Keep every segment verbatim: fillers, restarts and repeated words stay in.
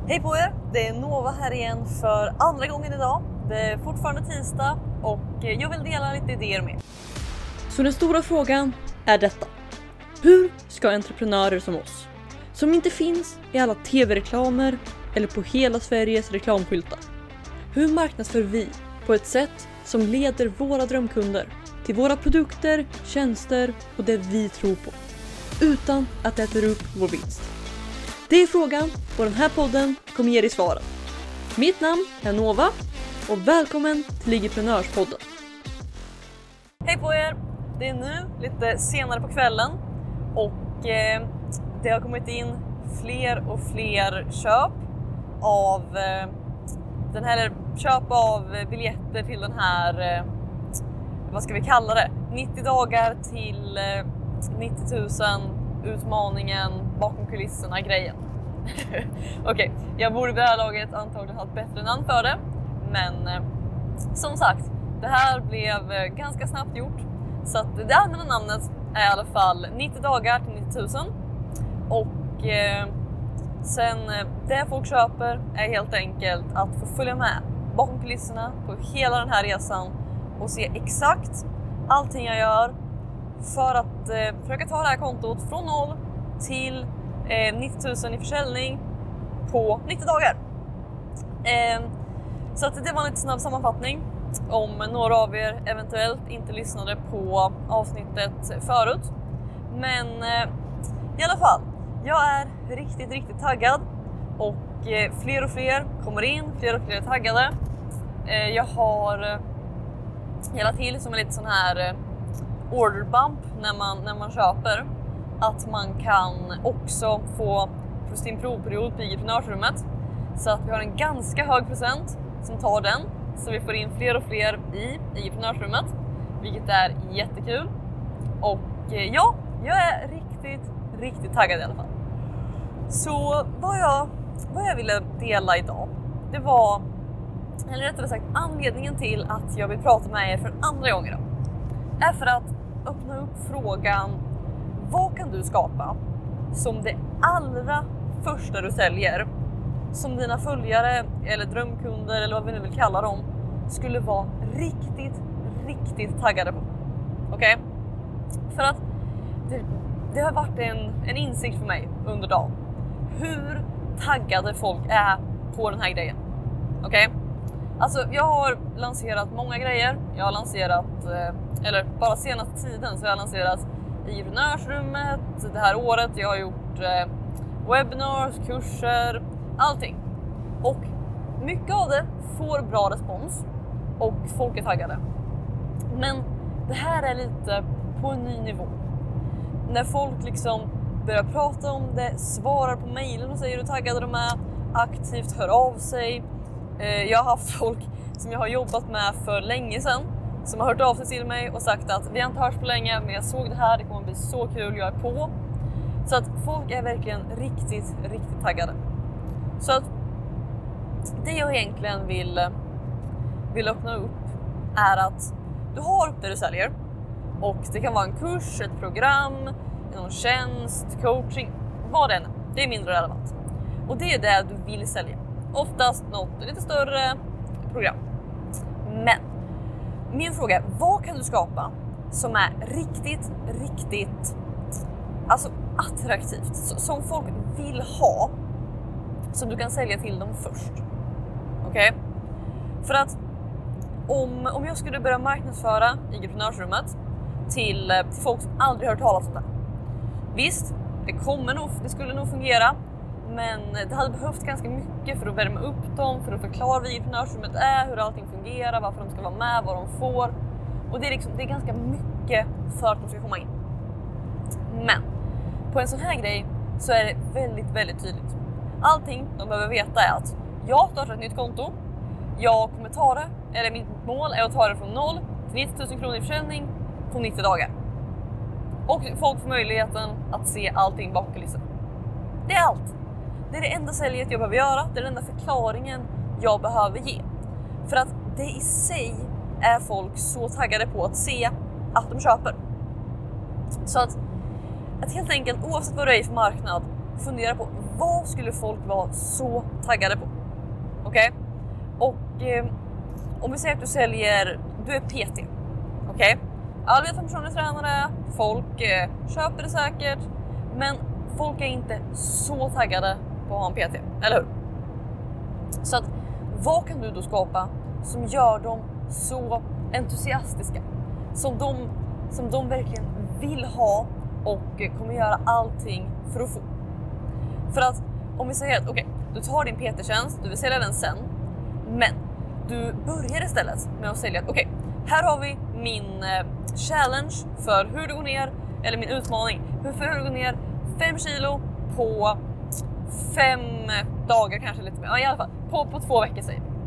Hej på er! Det är Nova här igen för andra gången idag. Det är fortfarande tisdag och jag vill dela lite idéer med. Så den stora frågan är detta. Hur ska entreprenörer som oss, som inte finns i alla tv-reklamer eller på hela Sveriges reklamskyltar, hur marknadsför vi på ett sätt som leder våra drömkunder till våra produkter, tjänster och det vi tror på, utan att det äter upp vår vinst? Det är frågan och den här podden kommer ge dig svaren. Mitt namn är Nova och välkommen till Ligiprenörspodden. Hej på er! Det är nu lite senare på kvällen och eh, det har kommit in fler och fler köp av eh, den här köp av biljetter till den här, eh, vad ska vi kalla det? nittio dagar till eh, nittio tusen utmaningen bakom kulisserna grejen. Okej, okay, jag borde vid det här laget antagligen ha ett bättre namn för det. Men eh, som sagt, det här blev eh, ganska snabbt gjort. Så att det allmänna namnet är i alla fall nittio dagar till nittio tusen. Och eh, sen eh, det folk köper är helt enkelt att få följa med bakom kulisserna på hela den här resan. Och se exakt allting jag gör för att eh, försöka ta det här kontot från noll till eh, nittio tusen i försäljning på nittio dagar. Eh, så att det var en lite snabb sammanfattning. Om några av er eventuellt inte lyssnade på avsnittet förut. Men eh, i alla fall, jag är riktigt, riktigt taggad. Och eh, fler och fler kommer in, fler och fler är taggade. Eh, jag har eh, hela till som en lite sån här eh, order bump när man, när man köper. Att man kan också få sin provperiod på Ligiprenörsrummet. Så att vi har en ganska hög procent som tar den. Så vi får in fler och fler i Ligiprenörsrummet. Vilket är jättekul. Och eh, ja, jag är riktigt, riktigt taggad i alla fall. Så vad jag, vad jag ville dela idag, det var, eller rättare sagt anledningen till att jag vill prata med er för andra gånger då, är för att öppna upp frågan: vad kan du skapa som det allra första du säljer, som dina följare eller drömkunder eller vad vi nu vill kalla dem skulle vara riktigt, riktigt taggade på? Okej? Okay? För att det, det har varit en, en insikt för mig under dagen. Hur taggade folk är på den här grejen. Okej? Okay? Alltså jag har lanserat många grejer. Jag har lanserat, eller bara senaste tiden så har jag lanserat Ligiprenörsrummet det här året. Jag har gjort eh, webinars, kurser, allting. Och mycket av det får bra respons och folk är taggade. Men det här är lite på en ny nivå. När folk liksom börjar prata om det, svarar på mejlen och säger hur taggade de är, aktivt hör av sig. Eh, jag har haft folk som jag har jobbat med för länge sedan som har hört av sig till mig och sagt att vi har inte hört på länge, men jag såg det här, det kommer bli så kul, jag är på. Så att folk är verkligen riktigt, riktigt taggade. Så att det jag egentligen vill, vill öppna upp är att du har upp det du säljer. Och det kan vara en kurs, ett program, någon tjänst, coaching, vad det än är. Det är mindre relevant. Och det är det du vill sälja. Oftast något lite större program. Men min fråga är, vad kan du skapa som är riktigt, riktigt alltså attraktivt, som folk vill ha, som du kan sälja till dem först? Okej? Okay? För att om, om jag skulle börja marknadsföra Ligiprenörsrummet till, till folk som aldrig hört talas om det. Visst, det, kommer nog, det skulle nog fungera, men det hade behövt ganska mycket för att värma upp dem, för att förklara vad Ligiprenörsrummet är, hur allting fungerar, varför de ska vara med, vad de får. Och det är, liksom, det är ganska mycket för att de ska komma in. Men på en sån här grej så är det väldigt, väldigt tydligt. Allting de behöver veta är att jag startar ett nytt konto. Jag kommer ta det, eller mitt mål är att ta det från noll till nittio tusen kronor i försäljning på nittio dagar. Och folk får möjligheten att se allting bakom kulisserna. Det är allt. Det är det enda säljet jag behöver göra. Det är den enda förklaringen jag behöver ge. För att det i sig är folk så taggade på att se att de köper. Så att, att helt enkelt, oavsett vad du är i för marknad, fundera på vad skulle folk vara så taggade på? Okej? Okay? Och eh, om vi säger att du säljer, du är P T. Okej? Okay? Alla vet vem personlig tränare, folk eh, köper det säkert, men folk är inte så taggade på att ha en P T, eller hur? Så att, vad kan du då skapa som gör dem så entusiastiska? Som de, som de verkligen vill ha och eh, kommer göra allting för att få. För att om vi säger att okej, okay, du tar din P T-tjänst, du vill sälja den sen, men du börjar istället med att sälja att okej, okay, här har vi min eh, challenge för hur du går ner, eller min utmaning, hur för hur du går ner fem kilo på fem dagar, kanske lite mer, ja, i alla fall på, på två veckor säger vi.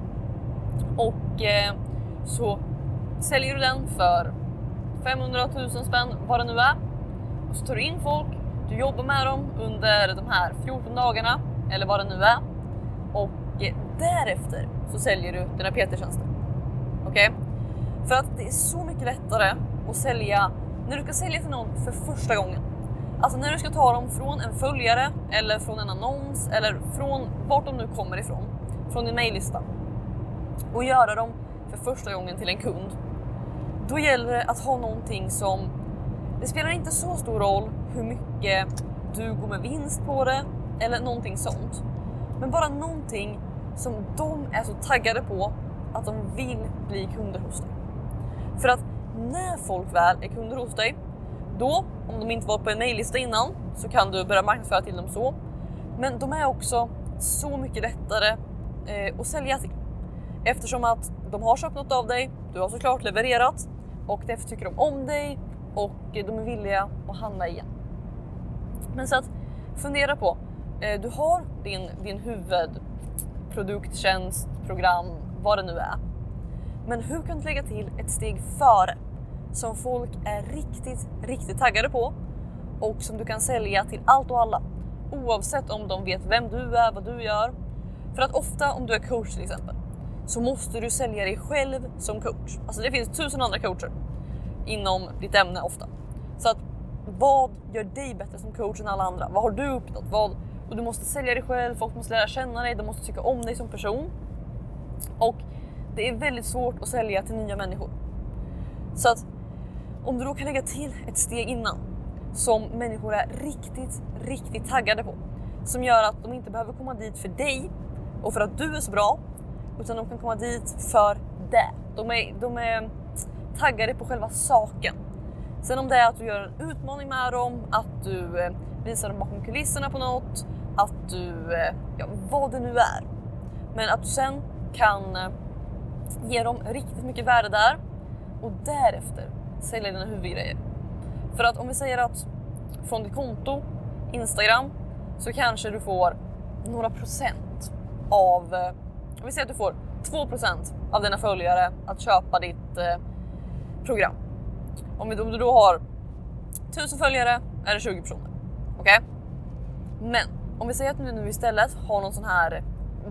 Och eh, så säljer du den för femhundratusen spänn, vad det nu är, och så tar du in folk, du jobbar med dem under de här fjorton dagarna, eller vad det nu är, och eh, därefter så säljer du dina P T-tjänster. Okej? Okay? För att det är så mycket lättare att sälja när du ska sälja till någon för första gången. Alltså när du ska ta dem från en följare eller från en annons eller från vart de nu kommer ifrån, från din mejllista, och göra dem för första gången till en kund. Då gäller det att ha någonting som, det spelar inte så stor roll hur mycket du går med vinst på det eller någonting sånt, men bara någonting som de är så taggade på att de vill bli kunder hos dig. För att när folk väl är kunder hos dig, då, om de inte var på en mejllista innan, så kan du börja marknadsföra till dem så. Men de är också så mycket lättare eh, att sälja till. Eftersom att de har köpt något av dig, du har såklart levererat, och därför tycker de om dig och de är villiga att handla igen. Men så att fundera på, eh, du har din, din huvudprodukt, tjänst, program, vad det nu är. Men hur kan du lägga till ett steg före som folk är riktigt, riktigt taggade på och som du kan sälja till allt och alla, oavsett om de vet vem du är, vad du gör. För att ofta om du är coach till exempel, så måste du sälja dig själv som coach. Alltså det finns tusen andra coacher inom ditt ämne ofta. Så att vad gör dig bättre som coach än alla andra? Vad har du uppnått? Vad, och du måste sälja dig själv, folk måste lära känna dig, de måste tycka om dig som person. Och det är väldigt svårt att sälja till nya människor. Så att om du då kan lägga till ett steg innan som människor är riktigt, riktigt taggade på, som gör att de inte behöver komma dit för dig och för att du är så bra, utan de kan komma dit för det. De är, de är taggade på själva saken. Sen om det är att du gör en utmaning med dem, att du eh, visar dem bakom kulisserna på något, att du, eh, ja, vad det nu är. Men att du sen kan eh, ge dem riktigt mycket värde där och därefter sälja dina huvudgrejer. För att om vi säger att från ditt konto, Instagram, så kanske du får några procent av, om vi säger att du får två procent av dina följare att köpa ditt eh, program. Om, vi, om du då har tusen följare är det tjugo personer. Okej? Okay? Men om vi säger att du nu istället har någon sån här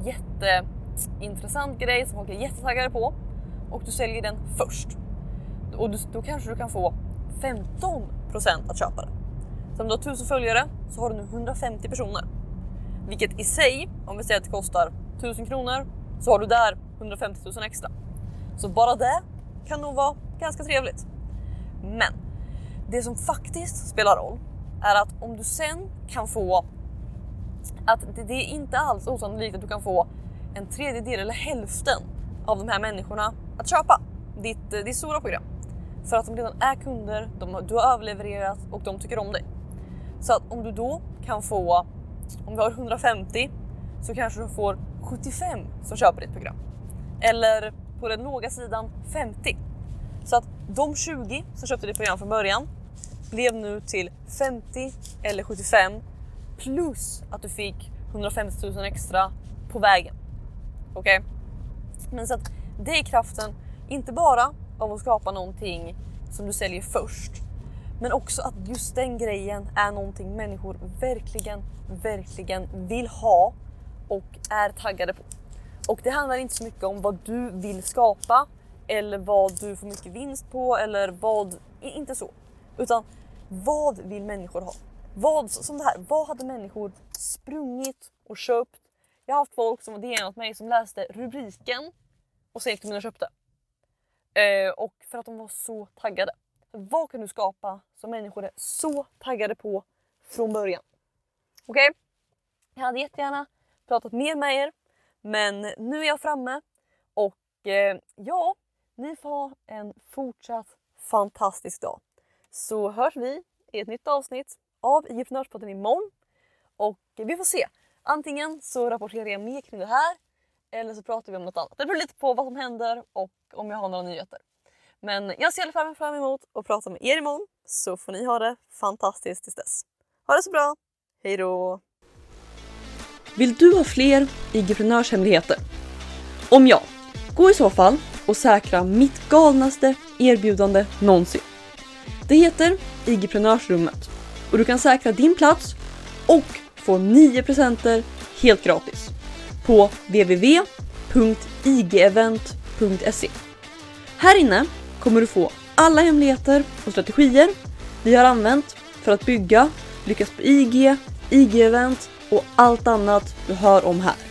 jätteintressant grej som folk är jättetaggade på och du säljer den först. Och du, då kanske du kan få femton procent att köpa det. Så om du har tusen följare så har du nu hundrafemtio personer. Vilket i sig, om vi säger att det kostar tusen kronor, så har du där hundrafemtio tusen extra. Så bara det kan nog vara ganska trevligt. Men det som faktiskt spelar roll är att om du sen kan få, att det, det är inte alls osannolikt att du kan få en tredjedel eller hälften av de här människorna att köpa ditt, ditt stora program. För att de redan är kunder, de, du har överlevererat och de tycker om dig. Så att om du då kan få, om du har hundrafemtio, så kanske du får sjuttiofem som köper ditt program. Eller på den låga sidan femtio. Så att de tjugo som köpte ditt program från början blev nu till femtio eller sjuttiofem, plus att du fick hundrafemtio tusen extra på vägen. Okej? Okay? Men så att det är kraften, inte bara av att skapa någonting som du säljer först, men också att just den grejen är någonting människor verkligen, verkligen vill ha och är taggade på. Och det handlar inte så mycket om vad du vill skapa eller vad du får mycket vinst på eller vad, inte så. Utan vad vill människor ha? Vad, som det här, vad hade människor sprungit och köpt? Jag har haft folk som var D M åt mig som läste rubriken och sen gick de in och köpte. Eh, och för att de var så taggade. Vad kan du skapa som människor är så taggade på från början? Okej? Okay? Jag hade jättegärna pratat mer med er. Men nu är jag framme. Och eh, ja, ni får ha en fortsatt fantastisk dag. Så hörs vi i ett nytt avsnitt av I G Prenörspodden imorgon. Och vi får se. Antingen så rapporterar jag mer kring det här. Eller så pratar vi om något annat. Det beror lite på vad som händer och om jag har några nyheter. Men jag ser i alla fall fram emot att prata med er imorgon. Så får ni ha det fantastiskt tills dess. Ha det så bra. Hej då! Vill du ha fler I G-prenörshemligheter? Om ja, gå i så fall och säkra mitt galnaste erbjudande någonsin. Det heter I G-prenörsrummet och du kan säkra din plats och få nio presenter helt gratis på w w w punkt i g event punkt se. Här inne kommer du få alla hemligheter och strategier vi har använt för att bygga, lyckas på I G, I G-event och allt annat du hör om här.